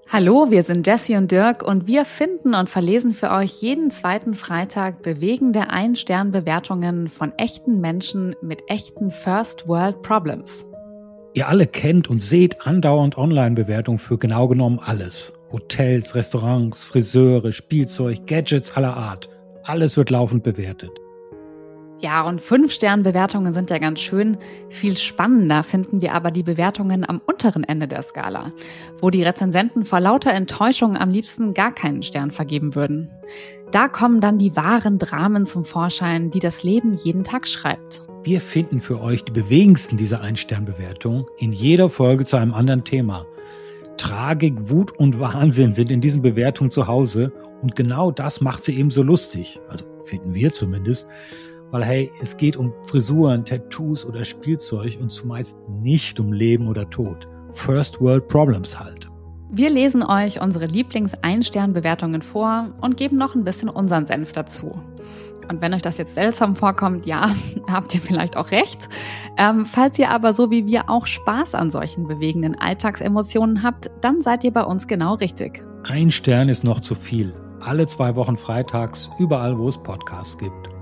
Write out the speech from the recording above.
Hallo, wir sind Jessie und Dirk und wir finden und verlesen für euch jeden zweiten Freitag bewegende Ein-Stern-Bewertungen von echten Menschen mit echten First-World-Problems. Ihr alle kennt und seht andauernd Online-Bewertungen für genau genommen alles. Hotels, Restaurants, Friseure, Spielzeug, Gadgets aller Art. Alles wird laufend bewertet. Ja, und 5-Stern-Bewertungen sind ja ganz schön. Viel spannender finden wir aber die Bewertungen am unteren Ende der Skala, wo die Rezensenten vor lauter Enttäuschung am liebsten gar keinen Stern vergeben würden. Da kommen dann die wahren Dramen zum Vorschein, die das Leben jeden Tag schreibt. Wir finden für euch die bewegendsten dieser Ein-Stern-Bewertungen in jeder Folge zu einem anderen Thema. Tragik, Wut und Wahnsinn sind in diesen Bewertungen zu Hause und genau das macht sie eben so lustig. Also finden wir zumindest. Weil hey, es geht um Frisuren, Tattoos oder Spielzeug und zumeist nicht um Leben oder Tod. First World Problems halt. Wir lesen euch unsere Lieblings-Ein-Stern-Bewertungen vor und geben noch ein bisschen unseren Senf dazu. Und wenn euch das jetzt seltsam vorkommt, ja, habt ihr vielleicht auch recht. Falls ihr aber so wie wir auch Spaß an solchen bewegenden Alltagsemotionen habt, dann seid ihr bei uns genau richtig. 1 Stern ist noch zu viel. Alle 2 Wochen freitags, überall wo es Podcasts gibt.